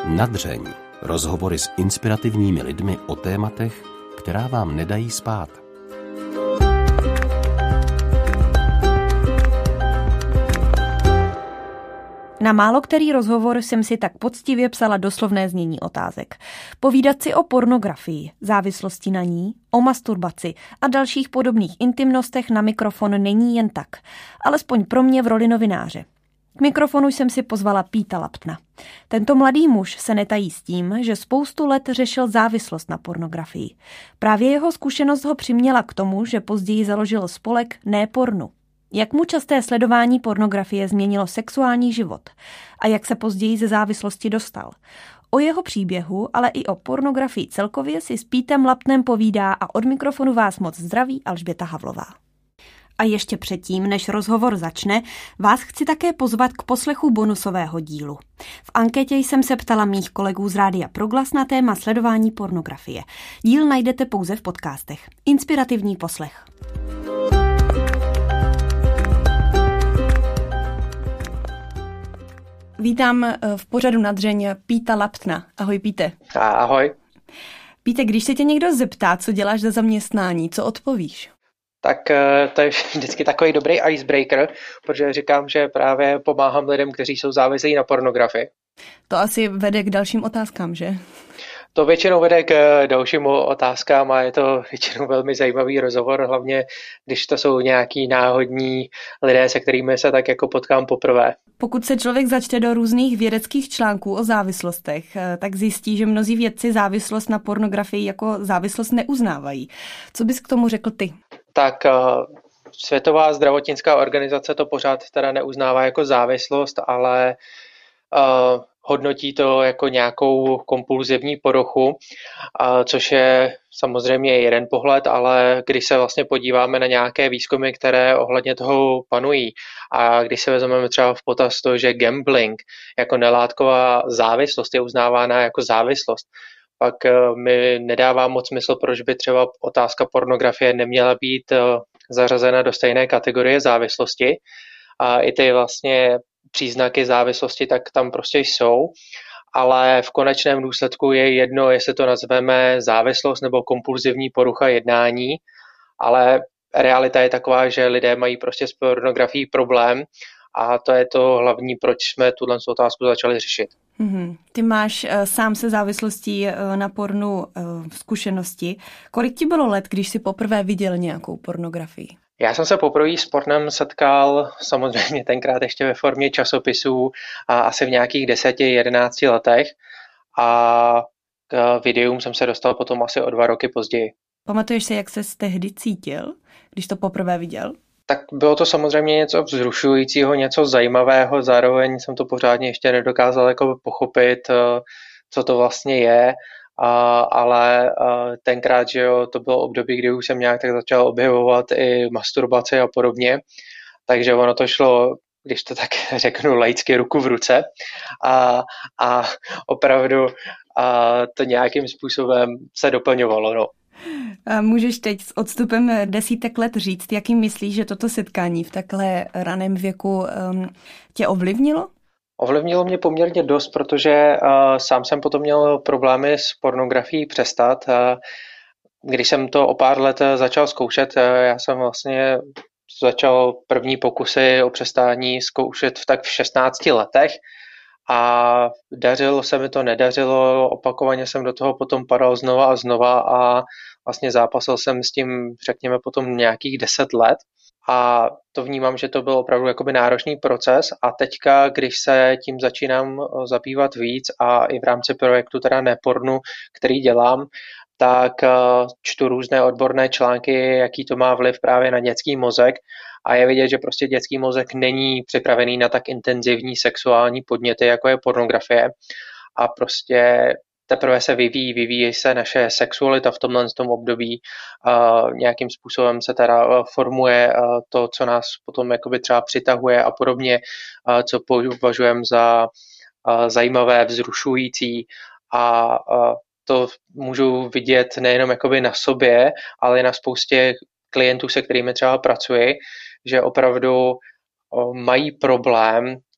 Nadřeň. Rozhovory s inspirativními lidmi o tématech, která vám nedají spát. Na málokterý rozhovor jsem si tak poctivě psala doslovné znění otázek. Povídat si o pornografii, závislosti na ní, o masturbaci a dalších podobných intimnostech na mikrofon není jen tak. Alespoň pro mě v roli novináře. K mikrofonu jsem si pozvala Píta Laptna. Tento mladý muž se netají s tím, že spoustu let řešil závislost na pornografii. Právě jeho zkušenost ho přiměla k tomu, že později založil spolek Ne pornu. Jak mu časté sledování pornografie změnilo sexuální život a jak se později ze závislosti dostal. O jeho příběhu, ale i o pornografii celkově si s Pítem Laptnem povídá a od mikrofonu vás moc zdraví Alžběta Havlová. A ještě předtím, než rozhovor začne, vás chci také pozvat k poslechu bonusového dílu. V anketě jsem se ptala mých kolegů z Rádia Proglas na téma sledování pornografie. Díl najdete pouze v podcastech. Inspirativní poslech. Vítám v pořadu Nadřeň Píta Laptna. Ahoj, Píte. Ahoj. Píte, když se tě někdo zeptá, co děláš za zaměstnání, co odpovíš? Tak to je vždycky takový dobrý icebreaker, protože říkám, že právě pomáhám lidem, kteří jsou závislí na pornografii. To asi vede k dalším otázkám, že? To většinou vede k dalším otázkám a je to většinou velmi zajímavý rozhovor, hlavně když to jsou nějaký náhodní lidé, se kterými se tak jako potkám poprvé. Pokud se člověk začte do různých vědeckých článků o závislostech, tak zjistí, že mnozí vědci závislost na pornografii jako závislost neuznávají. Co bys k tomu řekl ty? Tak Světová zdravotnická organizace to pořád teda neuznává jako závislost, ale hodnotí to jako nějakou kompulzivní poruchu, což je samozřejmě jeden pohled, ale když se vlastně podíváme na nějaké výzkumy, které ohledně toho panují a když se vezmeme třeba v potaz to, že gambling jako nelátková závislost je uznávána jako závislost, pak mi nedává moc smysl, proč by třeba otázka pornografie neměla být zařazena do stejné kategorie závislosti. A i ty vlastně příznaky závislosti tak tam prostě jsou, ale v konečném důsledku je jedno, jestli to nazveme závislost nebo kompulzivní porucha jednání, ale realita je taková, že lidé mají prostě s pornografií problém a to je to hlavní, proč jsme tuhle otázku začali řešit. Ty máš sám se závislostí na pornu zkušenosti. Kolik ti bylo let, když jsi poprvé viděl nějakou pornografii? Já jsem se poprvé s pornem setkal samozřejmě tenkrát ještě ve formě časopisů a asi v nějakých 10-11 letech a k videům jsem se dostal potom asi o 2 roky později. Pamatuješ se, jak ses tehdy cítil, když to poprvé viděl? Tak bylo to samozřejmě něco vzrušujícího, něco zajímavého, zároveň jsem to pořádně ještě nedokázal jako pochopit, co to vlastně je, ale tenkrát, že jo, to bylo období, kdy už jsem nějak tak začal objevovat i masturbaci a podobně, takže ono to šlo, když to tak řeknu laicky, ruku v ruce a opravdu to nějakým způsobem se doplňovalo, no. A můžeš teď s odstupem desítek let říct, jaký myslíš, že toto setkání v takhle raném věku tě ovlivnilo? Ovlivnilo mě poměrně dost, protože sám jsem potom měl problémy s pornografií přestat. Když jsem to o pár let začal zkoušet, já jsem vlastně začal první pokusy o přestání zkoušet tak v 16 letech a dařilo se mi to, nedařilo, opakovaně jsem do toho potom padal znova a znova a vlastně zápasil jsem s tím, řekněme, potom nějakých 10 let a to vnímám, že to byl opravdu jakoby náročný proces a teďka, když se tím začínám zabývat víc a i v rámci projektu teda Ne pornu, který dělám, tak čtu různé odborné články, jaký to má vliv právě na dětský mozek a je vidět, že prostě dětský mozek není připravený na tak intenzivní sexuální podněty, jako je pornografie a prostě teprve se vyvíjí se naše sexualita v tomhle období, nějakým způsobem se teda formuje to, co nás potom jakoby třeba přitahuje a podobně, co považujeme za zajímavé, vzrušující a to můžu vidět nejenom jakoby na sobě, ale i na spoustě klientů, se kterými třeba pracuji, že opravdu mají problém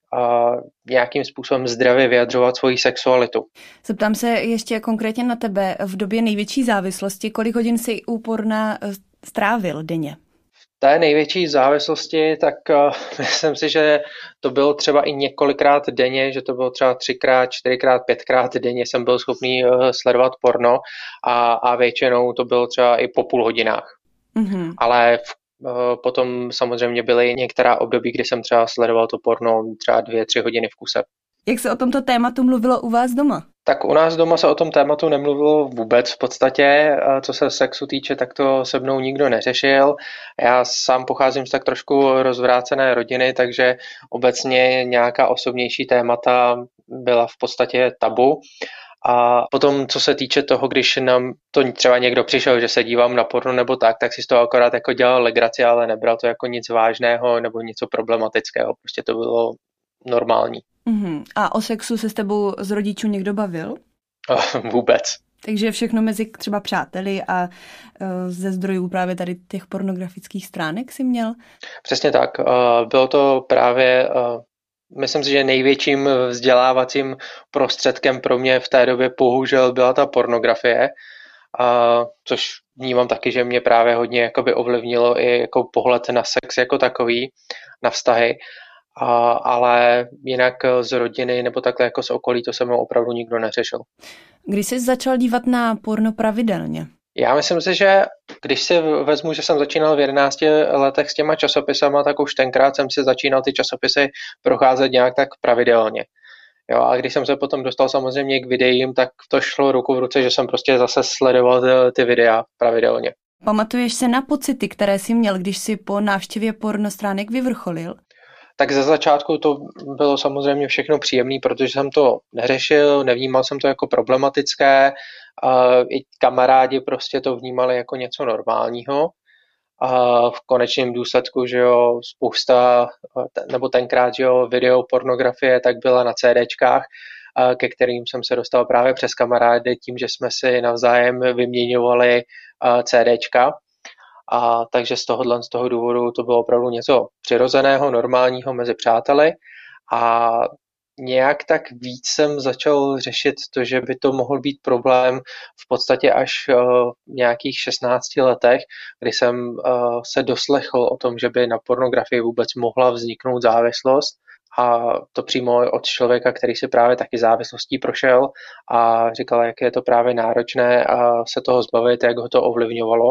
nějakým způsobem zdravě vyjadřovat svoji sexualitu. Zeptám se ještě konkrétně na tebe. V době největší závislosti, kolik hodin jsi u porna strávil denně? V té největší závislosti, tak myslím si, že to bylo třeba i několikrát denně, že to bylo třeba 3x, 4x, 5x denně jsem byl schopný sledovat porno a většinou to bylo třeba i po půl hodinách. Mm-hmm. Ale potom samozřejmě byly některá období, kdy jsem třeba sledoval to porno třeba 2-3 hodiny v kuse. Jak se o tomto tématu mluvilo u vás doma? Tak u nás doma se o tom tématu nemluvilo vůbec v podstatě. Co se sexu týče, tak to se mnou nikdo neřešil. Já sám pocházím z tak trošku rozvrácené rodiny, takže obecně nějaká osobnější témata byla v podstatě tabu. A potom, co se týče toho, když nám to třeba někdo přišel, že se dívám na porno nebo tak si z toho akorát jako dělal legraci, ale nebral to jako nic vážného nebo něco problematického. Prostě to bylo normální. Mm-hmm. A o sexu se s tebou z rodičů někdo bavil? Vůbec. Takže všechno mezi třeba přáteli a ze zdrojů právě tady těch pornografických stránek si měl? Přesně tak. Bylo to právě, myslím si, že největším vzdělávacím prostředkem pro mě v té době bohužel byla ta pornografie, což vnímám taky, že mě právě hodně jakoby ovlivnilo i jako pohled na sex jako takový, na vztahy. Ale jinak z rodiny nebo takhle jako z okolí to se mnou opravdu nikdo neřešil. Kdy jsi začal dívat na porno pravidelně? Já myslím si, že když si vezmu, že jsem začínal v 11 letech s těma časopisama, tak už tenkrát jsem si začínal ty časopisy procházet nějak tak pravidelně. Jo, a když jsem se potom dostal samozřejmě k videím, tak to šlo ruku v ruce, že jsem prostě zase sledoval ty videa pravidelně. Pamatuješ se na pocity, které jsi měl, když jsi po návštěvě pornostránek vyvrcholil? Tak ze začátku to bylo samozřejmě všechno příjemné, protože jsem to neřešil, nevnímal jsem to jako problematické, i kamarádi prostě to vnímali jako něco normálního. A v konečném důsledku, že jo, spousta, nebo tenkrát, že jo, videopornografie tak byla na CDčkách, ke kterým jsem se dostal právě přes kamarády tím, že jsme si navzájem vyměňovali CDčka. Takže z toho důvodu to bylo opravdu něco přirozeného, normálního mezi přáteli a nějak tak víc jsem začal řešit to, že by to mohl být problém v podstatě až v nějakých 16 letech, kdy jsem se doslechl o tom, že by na pornografii vůbec mohla vzniknout závislost a to přímo od člověka, který si právě taky závislostí prošel a říkal, jak je to právě náročné se toho zbavit, jak ho to ovlivňovalo.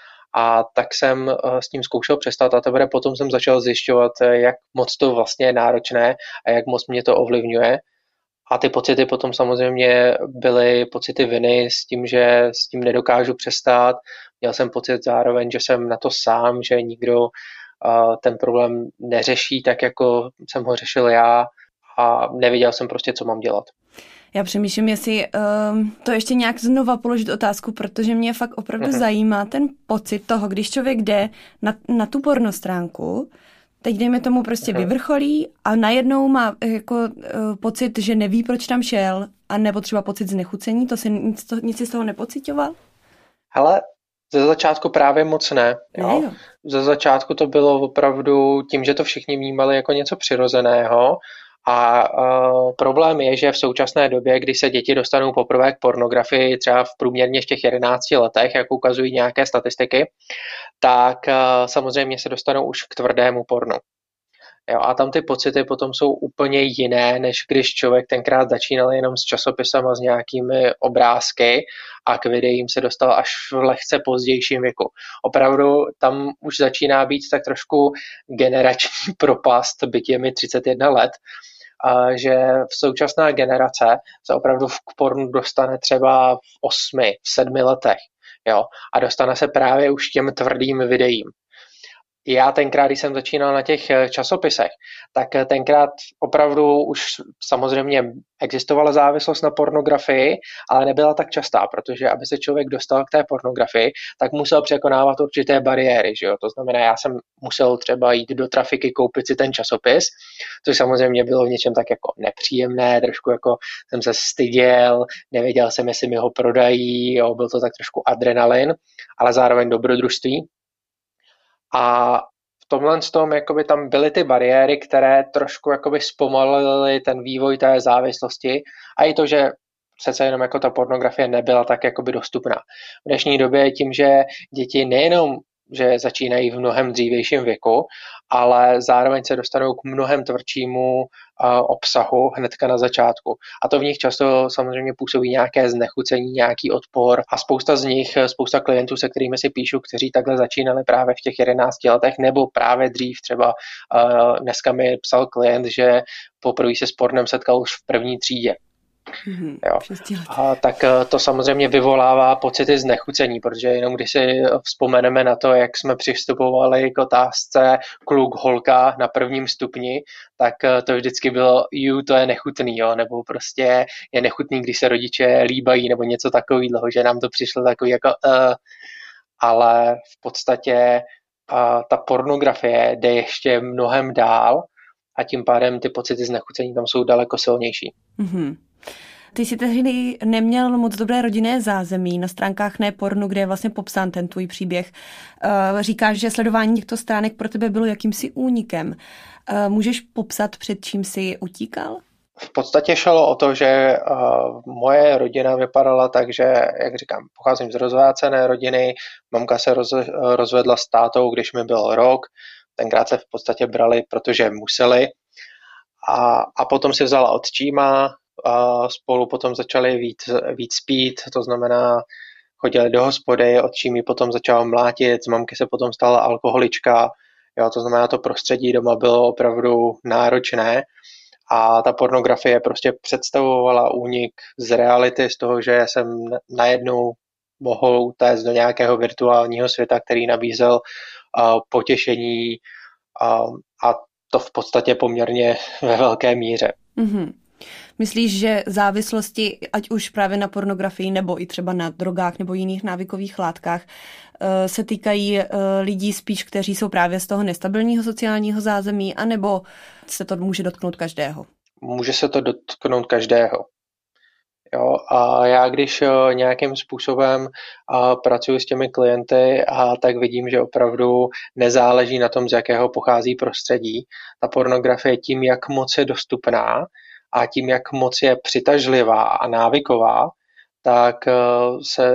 A tak jsem s tím zkoušel přestat a teprve potom jsem začal zjišťovat, jak moc to vlastně je náročné a jak moc mě to ovlivňuje. A ty pocity potom samozřejmě byly pocity viny s tím, že s tím nedokážu přestat. Měl jsem pocit zároveň, že jsem na to sám, že nikdo ten problém neřeší tak, jako jsem ho řešil já a nevěděl jsem prostě, co mám dělat. Já přemýšlím, jestli to ještě nějak znova položit otázku, protože mě fakt opravdu zajímá ten pocit toho, když člověk jde na tu pornostránku, teď dejme tomu prostě vyvrcholí a najednou má jako pocit, že neví, proč tam šel, a nebo třeba pocit znechucení, to si nic si z toho nepocitoval? Hele, ze začátku právě moc ne. Jo? Ze začátku to bylo opravdu tím, že to všichni vnímali jako něco přirozeného. A problém je, že v současné době, kdy se děti dostanou poprvé k pornografii, třeba v průměrně v těch 11 letech, jak ukazují nějaké statistiky, tak samozřejmě se dostanou už k tvrdému pornu. Jo, a tam ty pocity potom jsou úplně jiné, než když člověk tenkrát začínal jenom s časopisama, s nějakými obrázky a k videím se dostal až v lehce pozdějším věku. Opravdu tam už začíná být tak trošku generační propast, byť je mi 31 let, a že v současná generace se opravdu k pornu dostane třeba v 8, v 7 letech. Jo, a dostane se právě už těm tvrdým videím. Já tenkrát, když jsem začínal na těch časopisech, tak tenkrát opravdu už samozřejmě existovala závislost na pornografii, ale nebyla tak častá, protože aby se člověk dostal k té pornografii, tak musel překonávat určité bariéry. Že jo? To znamená, já jsem musel třeba jít do trafiky, koupit si ten časopis, což samozřejmě bylo v něčem tak jako nepříjemné, trošku jako jsem se styděl, nevěděl jsem, jestli mi ho prodají, jo? Byl to tak trošku adrenalin, ale zároveň dobrodružství. A v tomhle tom jakoby tam byly ty bariéry, které trošku jakoby zpomalily ten vývoj té závislosti a i to, že přece jenom jako ta pornografie nebyla tak jakoby dostupná. V dnešní době tím, že děti nejenom že začínají v mnohem dřívějším věku, ale zároveň se dostanou k mnohem tvrdšímu obsahu hnedka na začátku. A to v nich často samozřejmě působí nějaké znechucení, nějaký odpor a spousta klientů, se kterými si píšu, kteří takhle začínali právě v těch 11 letech nebo právě dřív třeba dneska mi psal klient, že poprvé se s pornem setkal už v první třídě. Jo. A tak to samozřejmě vyvolává pocity znechucení, protože jenom když si vzpomeneme na to, jak jsme přistupovali k otázce kluk, holka na prvním stupni, tak to vždycky bylo, to je nechutný, jo, nebo prostě je nechutný, když se rodiče líbají, nebo něco takového, že nám to přišlo takový jako ale v podstatě ta pornografie jde ještě mnohem dál a tím pádem ty pocity znechucení tam jsou daleko silnější. Mm-hmm. Ty jsi tehdy neměl moc dobré rodinné zázemí. Na stránkách Nepornu, kde je vlastně popsán ten tvůj příběh, říkáš, že sledování těchto stránek pro tebe bylo jakýmsi únikem. Můžeš popsat, před čím jsi utíkal? V podstatě šlo o to, že moje rodina vypadala tak, že, jak říkám, pocházím z rozvácené rodiny, mamka se rozvedla s tátou, když mi byl rok, tenkrát se v podstatě brali, protože museli a potom si vzala otčíma, a spolu potom začali víc pít, to znamená chodili do hospody, otčí mi potom začal mlátit, z mamky se potom stala alkoholička, jo, to znamená to prostředí doma bylo opravdu náročné a ta pornografie prostě představovala únik z reality, z toho, že jsem najednou mohl utéct do nějakého virtuálního světa, který nabízel potěšení a to v podstatě poměrně ve velké míře. Mm-hmm. Myslíš, že závislosti, ať už právě na pornografii nebo i třeba na drogách nebo jiných návykových látkách, se týkají lidí spíš, kteří jsou právě z toho nestabilního sociálního zázemí, anebo se to může dotknout každého? Může se to dotknout každého. Jo, a já když nějakým způsobem pracuji s těmi klienty, tak vidím, že opravdu nezáleží na tom, z jakého pochází prostředí. Ta pornografie tím, jak moc je dostupná a tím, jak moc je přitažlivá a návyková, tak se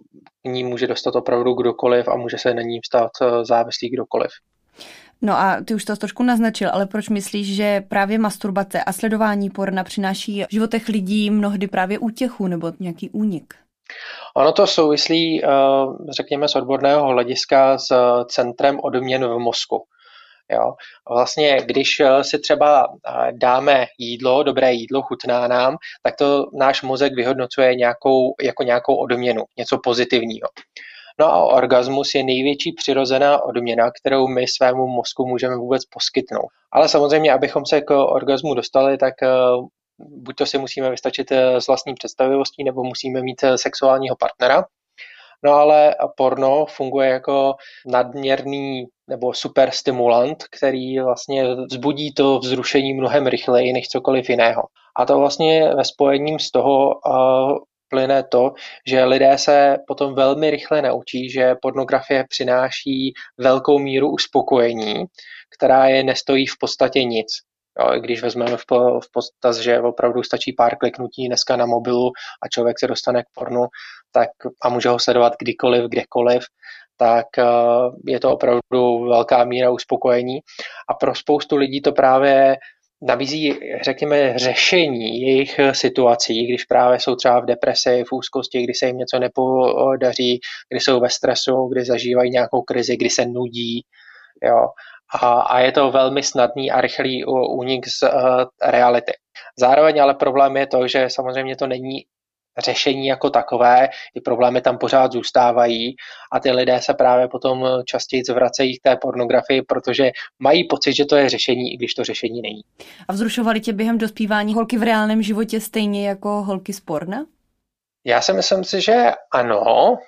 k ní může dostat opravdu kdokoliv a může se na ní stát závislý kdokoliv. No a ty už to trošku naznačil, ale proč myslíš, že právě masturbace a sledování porna přináší v životech lidí mnohdy právě útěchu nebo nějaký únik? Ono to souvislí, řekněme, z odborného hlediska s centrem odměn v mozku. Jo. Vlastně, když si třeba dáme jídlo, dobré jídlo, chutná nám, tak to náš mozek vyhodnocuje jako nějakou odměnu, něco pozitivního. No a orgasmus je největší přirozená odměna, kterou my svému mozku můžeme vůbec poskytnout. Ale samozřejmě, abychom se k orgasmu dostali, tak buď to si musíme vystačit s vlastní představivostí, nebo musíme mít sexuálního partnera. No ale porno funguje jako nadměrný nebo superstimulant, který vlastně vzbudí to vzrušení mnohem rychleji než cokoliv jiného. A to vlastně ve spojením z toho plyne to, že lidé se potom velmi rychle naučí, že pornografie přináší velkou míru uspokojení, která je nestojí v podstatě nic. Jo, když vezmeme v potaz, že opravdu stačí pár kliknutí dneska na mobilu a člověk se dostane k pornu tak, a může ho sledovat kdykoliv, kdekoliv, tak je to opravdu velká míra uspokojení. A pro spoustu lidí to právě nabízí, řekněme, řešení jejich situací, když právě jsou třeba v depresi, v úzkosti, kdy se jim něco nepodaří, kdy jsou ve stresu, kdy zažívají nějakou krizi, kdy se nudí. Jo. A je to velmi snadný a rychlý únik z reality. Zároveň ale problém je to, že samozřejmě to není řešení jako takové, ty problémy tam pořád zůstávají a ty lidé se právě potom častěji zvracejí k té pornografii, protože mají pocit, že to je řešení, i když to řešení není. A vzrušovaly tě během dospívání holky v reálném životě stejně jako holky z porna? Já si myslím, že ano,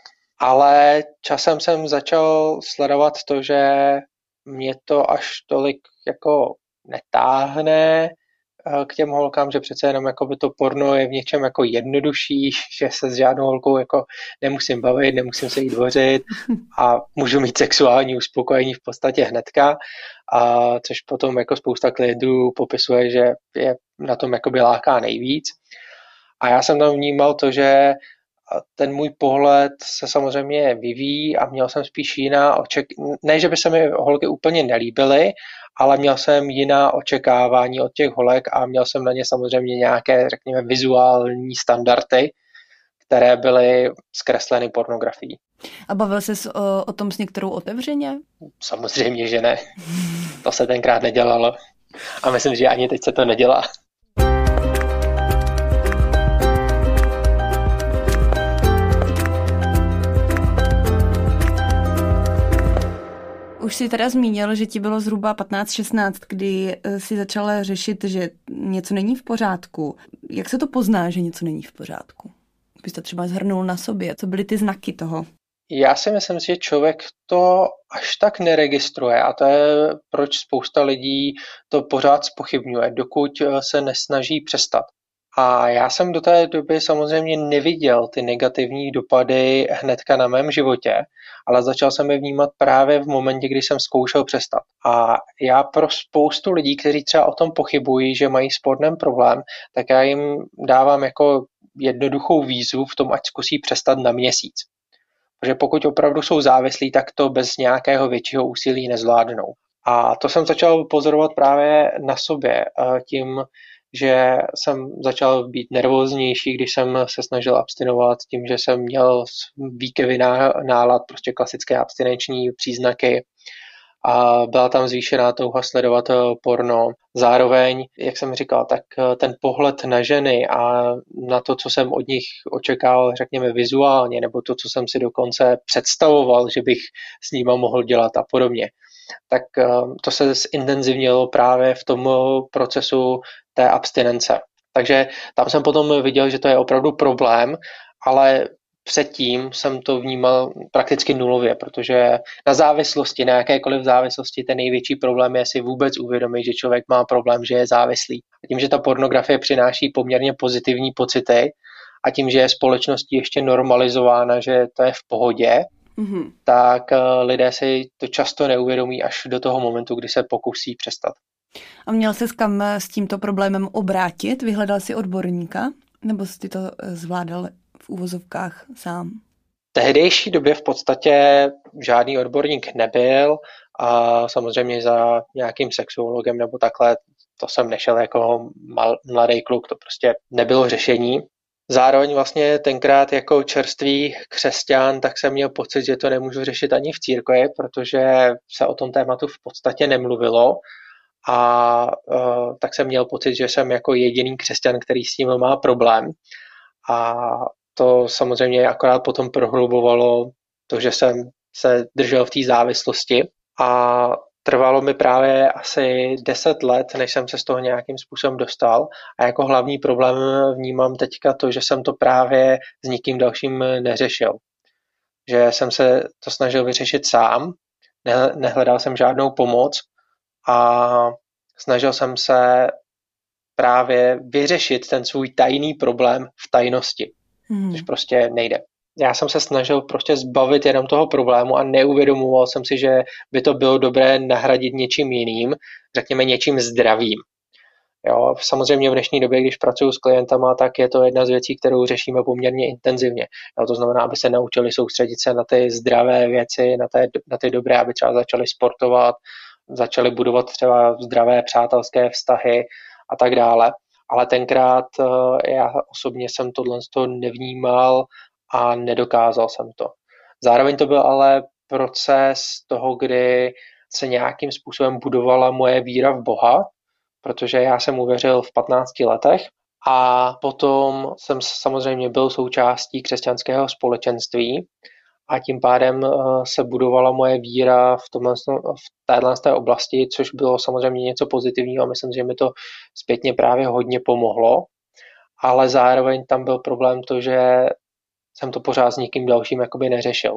ale časem jsem začal sledovat to, že mě to až tolik jako netáhne, k těm holkám, že přece jenom jakoby to porno je v něčem jako jednodušší, že se s žádnou holkou jako nemusím bavit, nemusím se jí dvořit a můžu mít sexuální uspokojení v podstatě hnedka, a což potom jako spousta klientů popisuje, že je na tom jakoby láká nejvíc. A já jsem tam vnímal to, že ten můj pohled se samozřejmě vyvíjí a měl jsem spíš ne, že by se mi holky úplně nelíbily, ale měl jsem jiná očekávání od těch holek a měl jsem na ně samozřejmě nějaké, řekněme, vizuální standardy, které byly zkresleny pornografií. A bavil jsi o tom s některou otevřeně? Samozřejmě, že ne. To se tenkrát nedělalo. A myslím, že ani teď se to nedělá. Už jsi teda zmínil, že ti bylo zhruba 15-16, kdy jsi začala řešit, že něco není v pořádku. Jak se to pozná, že něco není v pořádku? Bys to třeba shrnul na sobě. Co byly ty znaky toho? Já si myslím, že člověk to až tak neregistruje a to je, proč spousta lidí to pořád zpochybňuje, dokud se nesnaží přestat. A já jsem do té doby samozřejmě neviděl ty negativní dopady hnedka na mém životě, ale začal jsem je vnímat právě v momentě, kdy jsem zkoušel přestat. A já pro spoustu lidí, kteří třeba o tom pochybují, že mají s pornem problém, tak já jim dávám jako jednoduchou výzvu v tom, ať zkusí přestat na měsíc. Protože pokud opravdu jsou závislí, tak to bez nějakého většího úsilí nezvládnou. A to jsem začal pozorovat právě na sobě tím, že jsem začal být nervóznější, když jsem se snažil abstinovat, tím, že jsem měl výkyvy nálad, prostě klasické abstinenční příznaky a byla tam zvýšená touha sledovat porno. Zároveň, jak jsem říkal, tak ten pohled na ženy a na to, co jsem od nich očekával, řekněme vizuálně, nebo to, co jsem si dokonce představoval, že bych s nima mohl dělat a podobně, tak to se zintenzivnilo právě v tom procesu té abstinence. Takže tam jsem potom viděl, že to je opravdu problém, ale předtím jsem to vnímal prakticky nulově, protože na závislosti, na jakékoliv závislosti, ten největší problém je si vůbec uvědomit, že člověk má problém, že je závislý. A tím, že ta pornografie přináší poměrně pozitivní pocity a tím, že je společností ještě normalizována, že to je v pohodě, tak lidé si to často neuvědomí až do toho momentu, kdy se pokusí přestat. A měl jsi kam s tímto problémem obrátit? Vyhledal jsi odborníka? Nebo jsi to zvládal v uvozovkách sám? V tehdejší době v podstatě žádný odborník nebyl a samozřejmě za nějakým sexuologem nebo takhle to jsem nešel jako mladý kluk, to prostě nebylo řešení. Zároveň vlastně tenkrát jako čerstvý křesťan, tak jsem měl pocit, že to nemůžu řešit ani v církvi, protože se o tom tématu v podstatě nemluvilo a tak jsem měl pocit, že jsem jako jediný křesťan, který s tím má problém. A to samozřejmě akorát potom prohlubovalo to, že jsem se držel v té závislosti a trvalo mi právě asi 10 let, než jsem se z toho nějakým způsobem dostal a jako hlavní problém vnímám teďka to, že jsem to právě s nikým dalším neřešil. Že jsem se to snažil vyřešit sám, nehledal jsem žádnou pomoc a snažil jsem se právě vyřešit ten svůj tajný problém v tajnosti, což prostě nejde. Já jsem se snažil prostě zbavit jenom toho problému a neuvědomoval jsem si, že by to bylo dobré nahradit něčím jiným, řekněme něčím zdravým. Jo, samozřejmě v dnešní době, když pracuji s klientama, tak je to jedna z věcí, kterou řešíme poměrně intenzivně. Jo, to znamená, aby se naučili soustředit se na ty zdravé věci, na ty dobré, aby třeba začali sportovat, začali budovat třeba zdravé přátelské vztahy a tak dále. Ale tenkrát já osobně jsem tohle nevnímal a nedokázal jsem to. Zároveň to byl ale proces toho, kdy se nějakým způsobem budovala moje víra v Boha, protože já jsem uvěřil v 15 letech a potom jsem samozřejmě byl součástí křesťanského společenství a tím pádem se budovala moje víra v této oblasti, což bylo samozřejmě něco pozitivního a myslím, že mi to zpětně právě hodně pomohlo, ale zároveň tam byl problém to, že jsem to pořád s nikým dalším jakoby neřešil.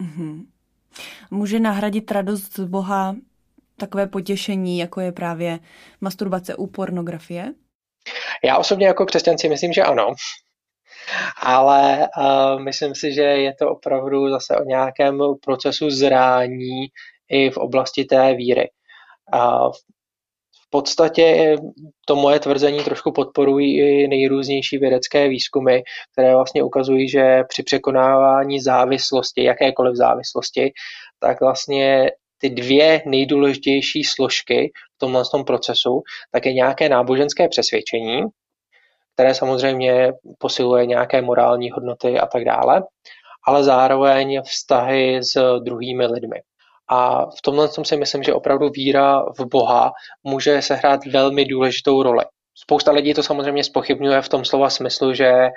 Může nahradit radost z Boha takové potěšení, jako je právě masturbace u pornografie? Já osobně jako křesťan si myslím, že ano, ale myslím si, že je to opravdu zase o nějakém procesu zrání i v oblasti té víry. V podstatě to moje tvrzení trošku podporují i nejrůznější vědecké výzkumy, které vlastně ukazují, že při překonávání závislosti, jakékoliv závislosti, tak vlastně ty dvě nejdůležitější složky v tomhle procesu, tak je nějaké náboženské přesvědčení, které samozřejmě posiluje nějaké morální hodnoty a tak dále, ale zároveň vztahy s druhými lidmi. A v tomhle si myslím, že opravdu víra v Boha může sehrát velmi důležitou roli. Spousta lidí to samozřejmě zpochybňuje v tom slova smyslu, že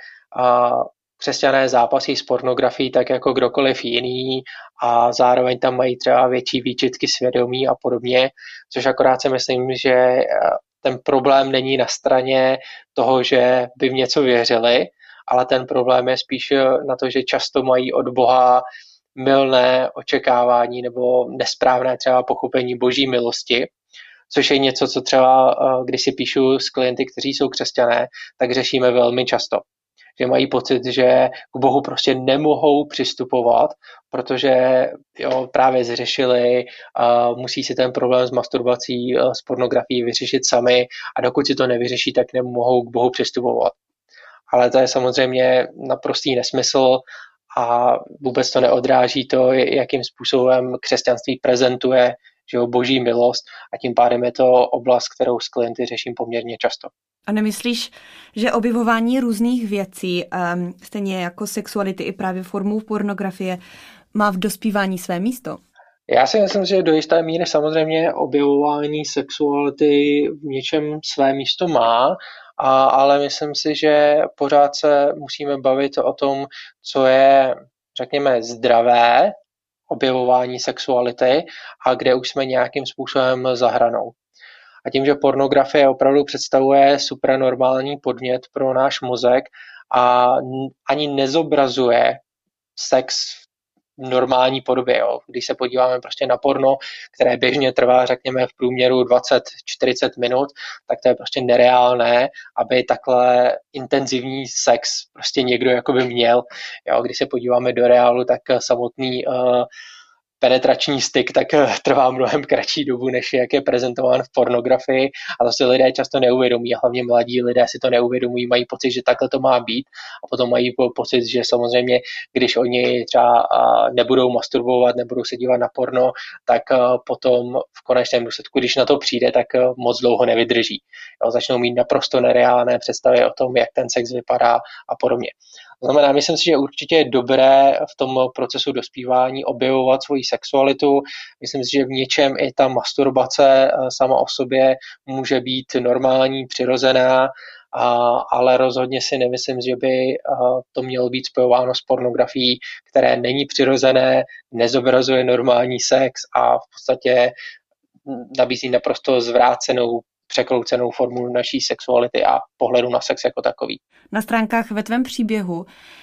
křesťané zápasí s pornografií tak jako kdokoliv jiný a zároveň tam mají třeba větší výčitky svědomí a podobně, což akorát si myslím, že ten problém není na straně toho, že by v něco věřili, ale ten problém je spíš na to, že často mají od Boha mylné očekávání nebo nesprávné třeba pochopení boží milosti, což je něco, co třeba, když si píšu s klienty, kteří jsou křesťané, tak řešíme velmi často. Že mají pocit, že k Bohu prostě nemohou přistupovat, protože právě zřešili, musí si ten problém s masturbací, s pornografií vyřešit sami a dokud si to nevyřeší, tak nemohou k Bohu přistupovat. Ale to je samozřejmě naprostý nesmysl a vůbec to neodráží to, jakým způsobem křesťanství prezentuje, že boží milost, a tím pádem je to oblast, kterou s klienty řeším poměrně často. A nemyslíš, že objevování různých věcí, stejně jako sexuality i právě formou pornografie, má v dospívání své místo? Já si myslím, že do jisté míry samozřejmě objevování sexuality v něčem své místo má, ale myslím si, že pořád se musíme bavit o tom, co je, řekněme, zdravé objevování sexuality a kde už jsme nějakým způsobem za hranou. A tím, že pornografie opravdu představuje supranormální podnět pro náš mozek a ani nezobrazuje sex v normální podobě. Jo. Když se podíváme prostě na porno, které běžně trvá, řekněme, v průměru 20-40 minut, tak to je prostě nereálné, aby takhle intenzivní sex prostě někdo jakoby měl. Jo. Když se podíváme do reálu, tak samotný penetrační styk tak trvá mnohem kratší dobu, než jak je prezentován v pornografii, a to si lidé často neuvědomí a hlavně mladí lidé si to neuvědomují, mají pocit, že takhle to má být a potom mají pocit, že samozřejmě, když oni třeba nebudou masturbovat, nebudou se dívat na porno, tak potom v konečném důsledku, když na to přijde, tak moc dlouho nevydrží. Jo, začnou mít naprosto nereálné představy o tom, jak ten sex vypadá a podobně. To znamená, myslím si, že určitě je dobré v tom procesu dospívání objevovat svoji sexualitu. Myslím si, že v něčem i ta masturbace sama o sobě může být normální, přirozená, ale rozhodně si nemyslím, že by to mělo být spojováno s pornografií, které není přirozené, nezobrazuje normální sex a v podstatě nabízí naprosto zvrácenou, překroucenou formu naší sexuality a pohledu na sex jako takový. Na stránkách ve tvém příběhu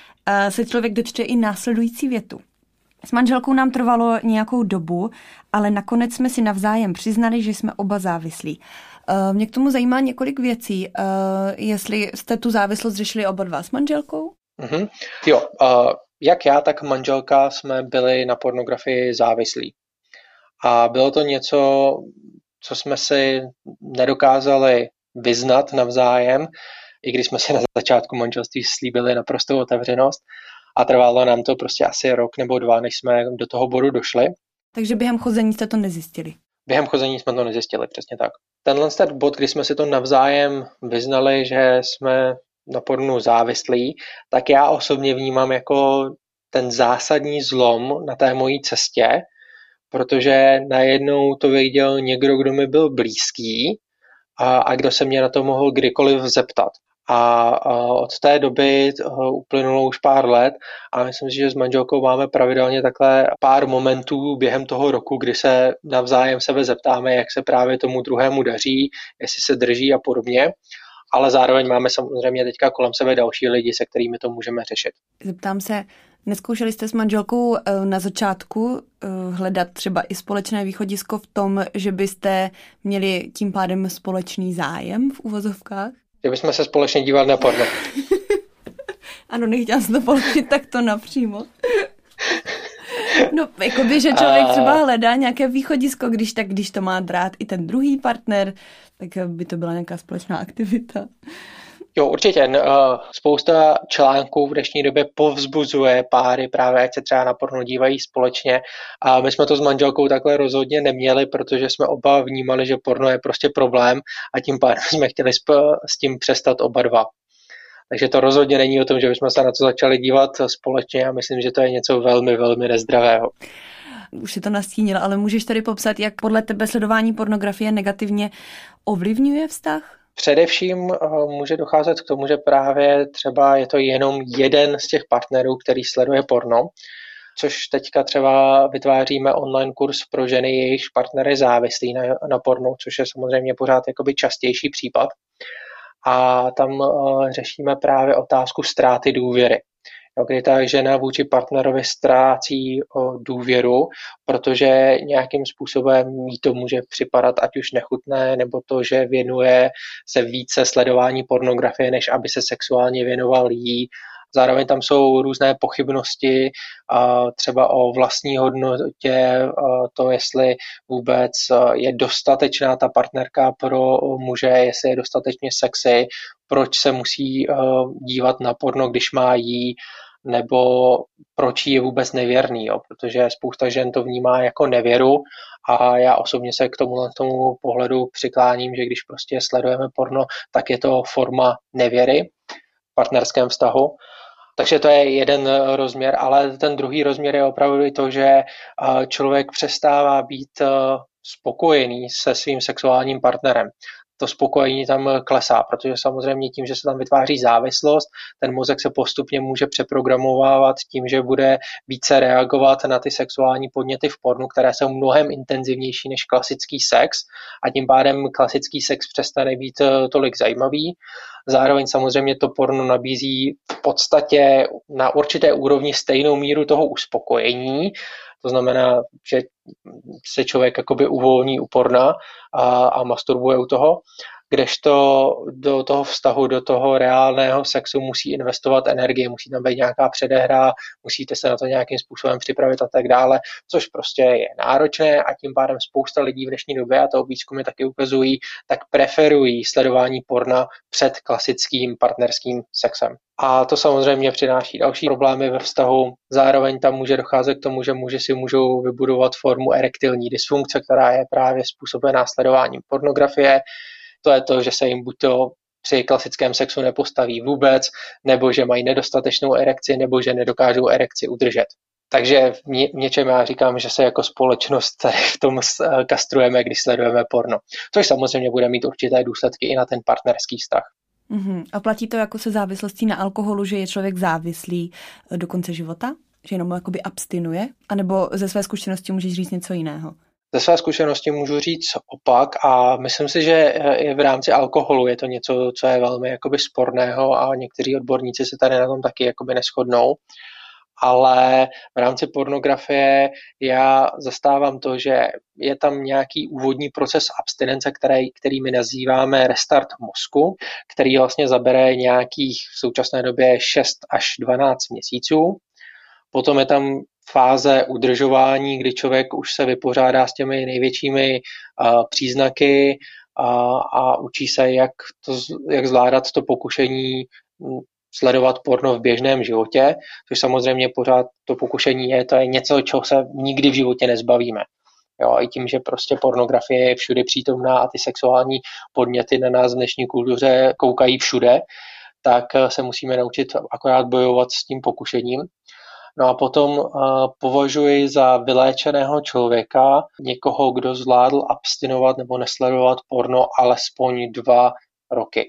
se člověk dočte i následující větu. S manželkou nám trvalo nějakou dobu, ale nakonec jsme si navzájem přiznali, že jsme oba závislí. Mě k tomu zajímá několik věcí. Jestli jste tu závislost řešili oba dva s manželkou? Mm-hmm. Jo, jak já, tak manželka jsme byli na pornografii závislí. A bylo to něco, co jsme si nedokázali vyznat navzájem, i když jsme si na začátku manželství slíbili naprostou otevřenost a trvalo nám to prostě asi rok nebo 2, než jsme do toho bodu došli. Takže během chození jste to nezjistili? Během chození jsme to nezjistili, přesně tak. Tenhle bod, kdy jsme si to navzájem vyznali, že jsme na pornu závislí, tak já osobně vnímám jako ten zásadní zlom na té mojí cestě, protože najednou to viděl někdo, kdo mi byl blízký a kdo se mě na to mohl kdykoliv zeptat. A od té doby uplynulo už pár let a myslím si, že s manželkou máme pravidelně takhle pár momentů během toho roku, kdy se navzájem sebe zeptáme, jak se právě tomu druhému daří, jestli se drží a podobně. Ale zároveň máme samozřejmě teďka kolem sebe další lidi, se kterými to můžeme řešit. Zeptám se, nezkoušeli jste s manželkou na začátku hledat třeba i společné východisko v tom, že byste měli tím pádem společný zájem v uvozovkách? Že bychom se společně dívali na porno. Ano, nechtěla jsem to položit takto napřímo. No, jakoby, že člověk třeba hledá nějaké východisko, když to má brát i ten druhý partner, tak by to byla nějaká společná aktivita. Jo, určitě. Spousta článků v dnešní době povzbuzuje páry právě, ať se třeba na porno dívají společně. A my jsme to s manželkou takhle rozhodně neměli, protože jsme oba vnímali, že porno je prostě problém a tím pádem jsme chtěli s tím přestat oba dva. Takže to rozhodně není o tom, že bychom se na to začali dívat společně a myslím, že to je něco velmi, velmi nezdravého. Už si to nastínila, ale můžeš tady popsat, jak podle tebe sledování pornografie negativně ovlivňuje vztah? Především může docházet k tomu, že právě třeba je to jenom jeden z těch partnerů, který sleduje porno, což teďka třeba vytváříme online kurz pro ženy, jejichž partner je závislý na pornu, což je samozřejmě pořád jakoby častější případ. A tam řešíme právě otázku ztráty důvěry, kdy ta žena vůči partnerovi ztrácí důvěru, protože nějakým způsobem jí to může připadat ať už nechutné, nebo to, že věnuje se více sledování pornografie, než aby se sexuálně věnoval jí. Zároveň tam jsou různé pochybnosti, třeba o vlastní hodnotě, to, jestli vůbec je dostatečná ta partnerka pro muže, jestli je dostatečně sexy, proč se musí dívat na porno, když má jí, nebo proč je vůbec nevěrný, protože spousta žen to vnímá jako nevěru a já osobně se k tomu pohledu přikláním, že když prostě sledujeme porno, tak je to forma nevěry v partnerském vztahu. Takže to je jeden rozměr, ale ten druhý rozměr je opravdu i to, že člověk přestává být spokojený se svým sexuálním partnerem. To spokojení tam klesá, protože samozřejmě tím, že se tam vytváří závislost, ten mozek se postupně může přeprogramovávat tím, že bude více reagovat na ty sexuální podněty v pornu, které jsou mnohem intenzivnější než klasický sex a tím pádem klasický sex přestane být tolik zajímavý. Zároveň samozřejmě to porno nabízí v podstatě na určité úrovni stejnou míru toho uspokojení, to znamená, že se člověk jakoby uvolní u porna a masturbuje u toho, kdežto do toho vztahu, do toho reálného sexu musí investovat energie, musí tam být nějaká předehra, musíte se na to nějakým způsobem připravit a tak dále, což prostě je náročné a tím pádem spousta lidí v dnešní době, a to výzkumy taky ukazují, tak preferují sledování porna před klasickým partnerským sexem. A to samozřejmě přináší další problémy ve vztahu. Zároveň tam může docházet k tomu, že muži si můžou vybudovat formu erektilní dysfunkce, která je právě způsobená sledováním pornografie. To je to, že se jim buď to při klasickém sexu nepostaví vůbec, nebo že mají nedostatečnou erekci, nebo že nedokážou erekci udržet. Takže v něčem já říkám, že se jako společnost v tom kastrujeme, když sledujeme porno. Což samozřejmě bude mít určité důsledky i na ten partnerský vztah. A platí to jako se závislostí na alkoholu, že je člověk závislý do konce života? Že jenom jakoby abstinuje? A nebo ze své zkušenosti můžeš říct něco jiného? Ze své zkušenosti můžu říct opak a myslím si, že i v rámci alkoholu je to něco, co je velmi jakoby sporného a někteří odborníci se tady na tom taky jakoby neshodnou. Ale v rámci pornografie já zastávám to, že je tam nějaký úvodní proces abstinence, který my nazýváme restart mozku, který vlastně zabere nějakých v současné době 6 až 12 měsíců. Potom je tam fáze udržování, kdy člověk už se vypořádá s těmi největšími příznaky a učí se, jak zvládat to pokušení sledovat porno v běžném životě, což samozřejmě pořád to pokušení to je něco, čeho se nikdy v životě nezbavíme. Jo, i tím, že prostě pornografie je všude přítomná a ty sexuální podněty na nás v dnešní kultuře koukají všude, tak se musíme naučit akorát bojovat s tím pokušením. No a potom považuji za vyléčeného člověka někoho, kdo zvládl abstinovat nebo nesledovat porno alespoň 2 roky.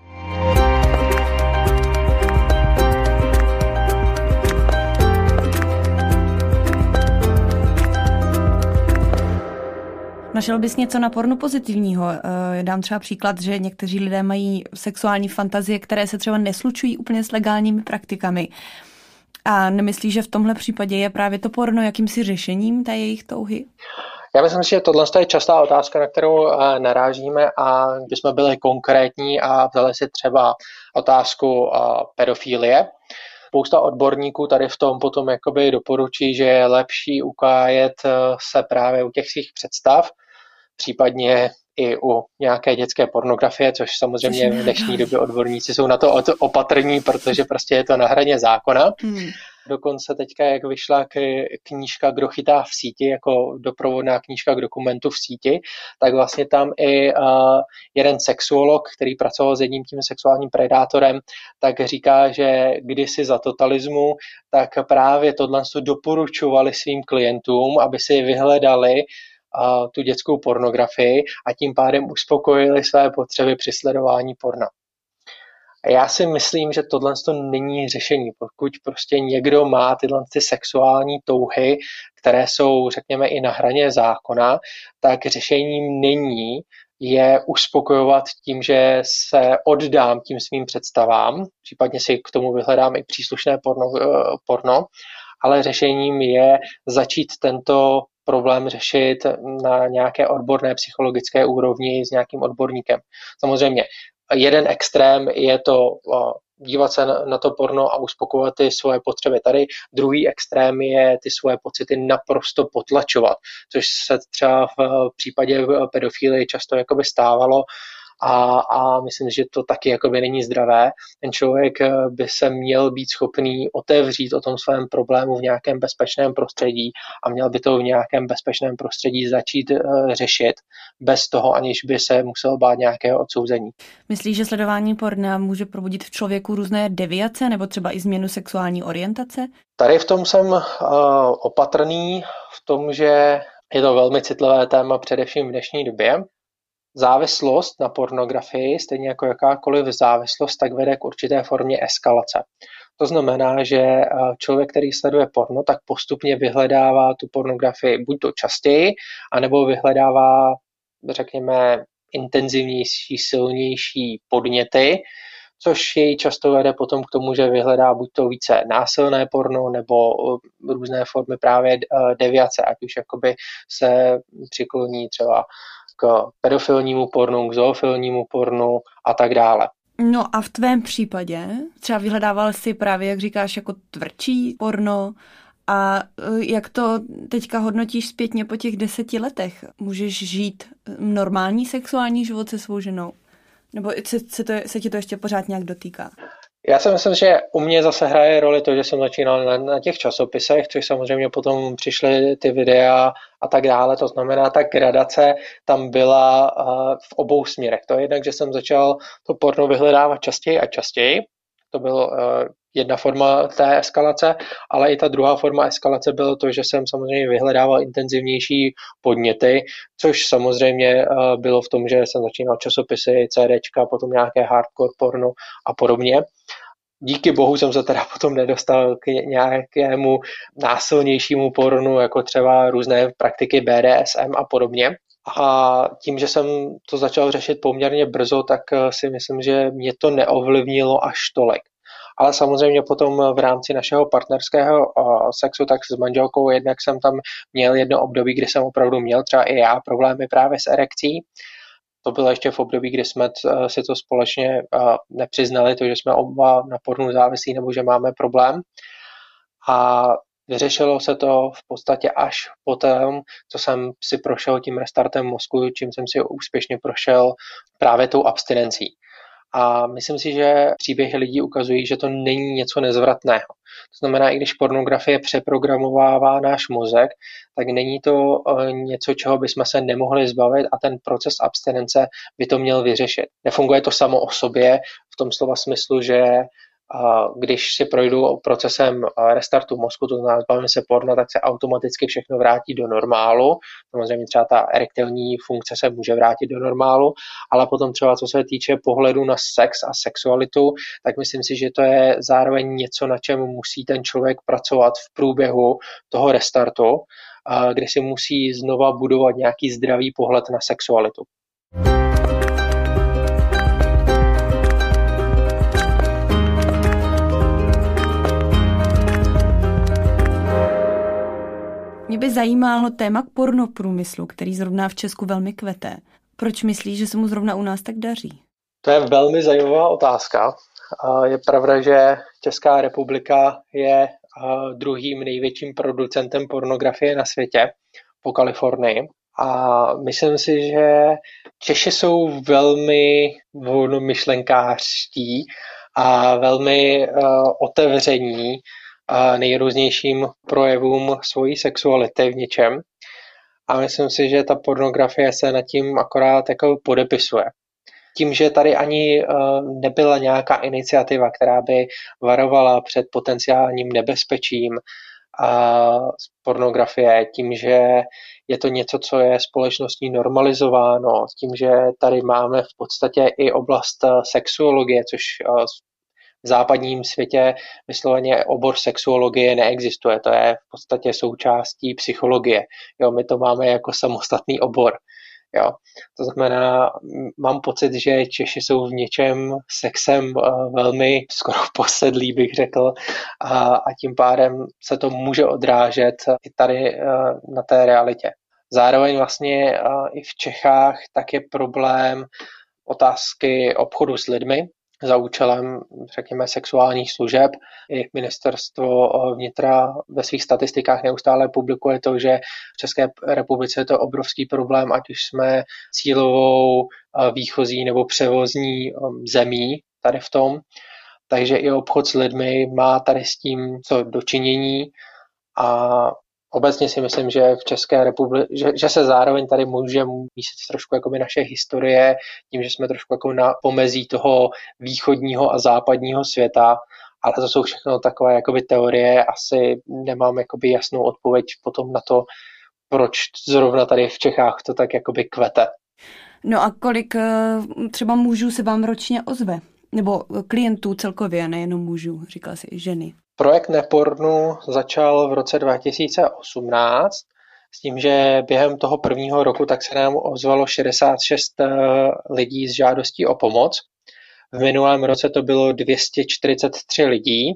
Našel bys něco na pornu pozitivního? Dám třeba příklad, že někteří lidé mají sexuální fantazie, které se třeba neslučují úplně s legálními praktikami. A nemyslíš, že v tomhle případě je právě to porno jakýmsi řešením té jejich touhy? Já myslím, že tohle je častá otázka, na kterou narážíme, a bychom byli konkrétní a vzali si třeba otázku pedofilie. Spousta odborníků tady v tom potom jakoby doporučí, že je lepší ukájet se právě u těch svých představ, případně i u nějaké dětské pornografie, což samozřejmě v dnešní době odborníci jsou na to opatrní, protože prostě je to na hraně zákona. Dokonce teďka, jak vyšla knížka Kdo chytá v síti, jako doprovodná knížka k dokumentu v síti, tak vlastně tam i jeden sexuolog, který pracoval s jedním tím sexuálním predátorem, tak říká, že kdysi za totalismu, tak právě tohle doporučovali svým klientům, aby si vyhledali tu dětskou pornografii a tím pádem uspokojili své potřeby při sledování porna. A já si myslím, že tohle není řešení. Pokud prostě někdo má tyhle sexuální touhy, které jsou, řekněme, i na hraně zákona, tak řešením není je uspokojovat tím, že se oddám tím svým představám, případně si k tomu vyhledám i příslušné porno, ale řešením je začít tento problém řešit na nějaké odborné psychologické úrovni s nějakým odborníkem. Samozřejmě jeden extrém je to dívat se na to porno a uspokojovat ty svoje potřeby tady. Druhý extrém je ty svoje pocity naprosto potlačovat, což se třeba v případě pedofilie často jakoby stávalo. A myslím, že to taky jakoby není zdravé. Ten člověk by se měl být schopný otevřít o tom svém problému v nějakém bezpečném prostředí a měl by to v nějakém bezpečném prostředí začít řešit bez toho, aniž by se musel bát nějakého odsouzení. Myslíš, že sledování porna může probudit v člověku různé deviace nebo třeba i změnu sexuální orientace? Tady v tom jsem opatrný, v tom, že je to velmi citlivé téma především v dnešní době. Závislost na pornografii, stejně jako jakákoliv závislost, tak vede k určité formě eskalace. To znamená, že člověk, který sleduje porno, tak postupně vyhledává tu pornografii buď to častěji, anebo vyhledává, řekněme, intenzivnější, silnější podněty, což jej často vede potom k tomu, že vyhledá buď to více násilné porno, nebo různé formy právě deviace, ať už jakoby se přikloní třeba k pedofilnímu pornu, k zoofilnímu pornu a tak dále. No a v tvém případě třeba vyhledával jsi právě, jak říkáš, jako tvrdší porno a jak to teďka hodnotíš zpětně po těch 10 letech? Můžeš žít normální sexuální život se svou ženou? Nebo se ti to ještě pořád nějak dotýká? Já si myslím, že u mě zase hraje roli to, že jsem začínal na těch časopisech, což samozřejmě potom přišly ty videa a tak dále. To znamená, ta gradace tam byla v obou směrech. To je jednak, že jsem začal to porno vyhledávat častěji a častěji. To byla jedna forma té eskalace, ale i ta druhá forma eskalace bylo to, že jsem samozřejmě vyhledával intenzivnější podněty, což samozřejmě bylo v tom, že jsem začínal časopisy, CDčka, potom nějaké hardcore porno a podobně. Díky bohu jsem se teda potom nedostal k nějakému násilnějšímu pornu, jako třeba různé praktiky BDSM a podobně. A tím, že jsem to začal řešit poměrně brzo, tak si myslím, že mě to neovlivnilo až tolik. Ale samozřejmě potom v rámci našeho partnerského sexu, tak s manželkou jednak jsem tam měl jedno období, kdy jsem opravdu měl třeba i já problémy právě s erekcí. To bylo ještě v období, kdy jsme si to společně nepřiznali, to, že jsme oba na pornu závislí nebo že máme problém. A vyřešilo se to v podstatě až potom, co jsem si prošel tím restartem mozku, čím jsem si úspěšně prošel právě tou abstinencí. A myslím si, že příběhy lidí ukazují, že to není něco nezvratného. To znamená, i když pornografie přeprogramovává náš mozek, tak není to něco, čeho bychom se nemohli zbavit a ten proces abstinence by to měl vyřešit. Nefunguje to samo o sobě v tom slova smyslu, že když si projdu procesem restartu mozku, to znamená zbavím se porna, tak se automaticky všechno vrátí do normálu. Samozřejmě třeba ta erektilní funkce se může vrátit do normálu, ale potom třeba co se týče pohledu na sex a sexualitu, tak myslím si, že to je zároveň něco, na čem musí ten člověk pracovat v průběhu toho restartu, kde si musí znova budovat nějaký zdravý pohled na sexualitu. Mě by zajímalo téma pornoprůmyslu, který zrovna v Česku velmi kvete. Proč myslíš, že se mu zrovna u nás tak daří? To je velmi zajímavá otázka. Je pravda, že Česká republika je druhým největším producentem pornografie na světě po Kalifornii. A myslím si, že Češi jsou velmi volnomyšlenkářští a velmi otevření nejrůznějším projevům svojí sexuality v něčem. A myslím si, že ta pornografie se nad tím akorát jako podepisuje. Tím, že tady ani nebyla nějaká iniciativa, která by varovala před potenciálním nebezpečím z pornografie, tím, že je to něco, co je společností normalizováno, tím, že tady máme v podstatě i oblast sexuologie, což v západním světě vysloveně obor sexuologie neexistuje. To je v podstatě součástí psychologie. Jo, my to máme jako samostatný obor. Jo. To znamená, mám pocit, že Češi jsou v něčem sexem velmi skoro posedlí, bych řekl, a tím pádem se to může odrážet i tady na té realitě. Zároveň vlastně i v Čechách tak je problém otázky obchodu s lidmi za účelem, řekněme, sexuálních služeb. I ministerstvo vnitra ve svých statistikách neustále publikuje to, že v České republice je to obrovský problém, ať už jsme cílovou, výchozí nebo převozní zemí tady v tom. Takže i obchod s lidmi má tady s tím co dočinění a obecně si myslím, že v České republice, že se zároveň tady může mísit trošku jakoby naše historie, tím, že jsme trošku jako na pomezí toho východního a západního světa, ale to jsou všechno takové jakoby teorie, asi nemám jakoby jasnou odpověď potom na to, proč zrovna tady v Čechách to tak jakoby kvete. No a kolik třeba mužů se vám ročně ozve? Nebo klientů celkově, nejenom mužů, říkala jsi i ženy. Projekt Nepornu začal v roce 2018 s tím, že během toho prvního roku tak se nám ozvalo 66 lidí s žádostí o pomoc. V minulém roce to bylo 243 lidí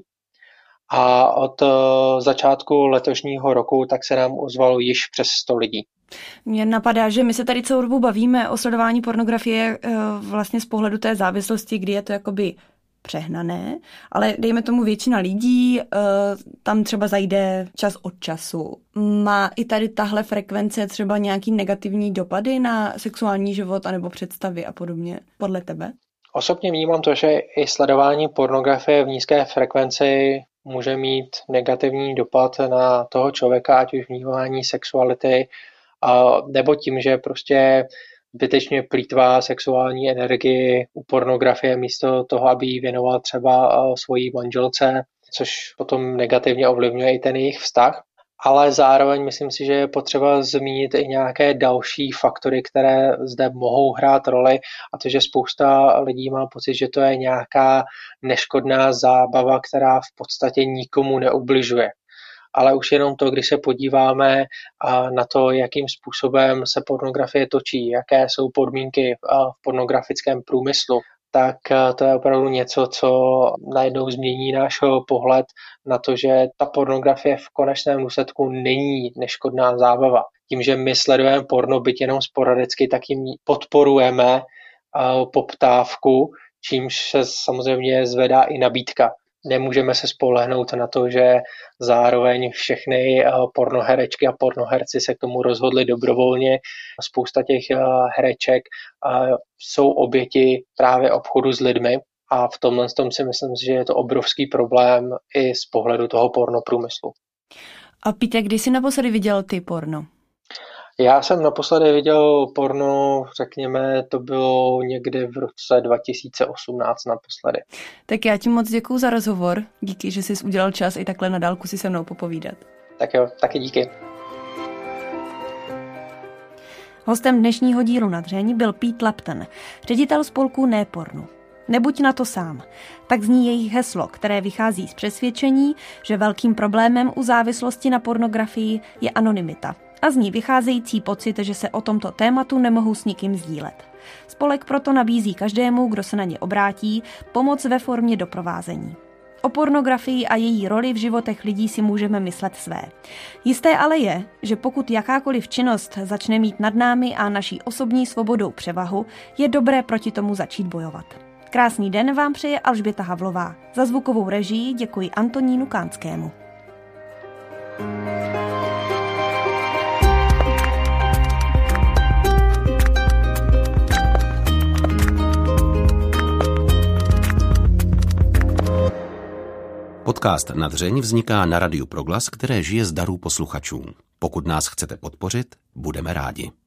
a od začátku letošního roku tak se nám ozvalo již přes 100 lidí. Mně napadá, že my se tady celou dobu bavíme o sledování pornografie vlastně z pohledu té závislosti, kdy je to jakoby přehnané, ale dejme tomu většina lidí tam třeba zajde čas od času. Má i tady tahle frekvence třeba nějaký negativní dopady na sexuální život anebo představy a podobně podle tebe? Osobně vnímám to, že i sledování pornografie v nízké frekvenci může mít negativní dopad na toho člověka, ať už vnímání sexuality, nebo tím, že prostě zbytečně plýtvá sexuální energii u pornografie místo toho, aby ji věnoval třeba svojí manželce, což potom negativně ovlivňuje i ten jejich vztah. Ale zároveň myslím si, že je potřeba zmínit i nějaké další faktory, které zde mohou hrát roli, a to, že spousta lidí má pocit, že to je nějaká neškodná zábava, která v podstatě nikomu neubližuje. Ale už jenom to, když se podíváme na to, jakým způsobem se pornografie točí, jaké jsou podmínky v pornografickém průmyslu, tak to je opravdu něco, co najednou změní náš pohled na to, že ta pornografie v konečném důsledku není neškodná zábava. Tím, že my sledujeme porno, byť jenom sporadicky, tak jim podporujeme poptávku, čímž se samozřejmě zvedá i nabídka. Nemůžeme se spolehnout na to, že zároveň všechny pornoherečky a pornoherci se k tomu rozhodli dobrovolně. Spousta těch hereček jsou oběti právě obchodu s lidmi a v tomhle si myslím, že je to obrovský problém i z pohledu toho pornoprůmyslu. A Píte, kdy jsi naposledy viděl ty porno? Já jsem naposledy viděl porno, řekněme, to bylo někdy v roce 2018 naposledy. Tak já ti moc děkuju za rozhovor. Díky, že jsi udělal čas i takhle na dálku si se mnou popovídat. Tak jo, taky díky. Hostem dnešního dílu Na dřeň byl Pete Lupton, ředitel spolku Nepornu. Nebuď na to sám. Tak zní jejich heslo, které vychází z přesvědčení, že velkým problémem u závislosti na pornografii je anonymita. A z ní vycházející pocit, že se o tomto tématu nemohou s nikým sdílet. Spolek proto nabízí každému, kdo se na ně obrátí, pomoc ve formě doprovázení. O pornografii a její roli v životech lidí si můžeme myslet své. Jisté ale je, že pokud jakákoliv činnost začne mít nad námi a naší osobní svobodou převahu, je dobré proti tomu začít bojovat. Krásný den vám přeje Alžběta Havlová. Za zvukovou režii děkuji Antonínu Kánskému. Podcast Na dřeň vzniká na Radiu Proglas, které žije z darů posluchačů. Pokud nás chcete podpořit, budeme rádi.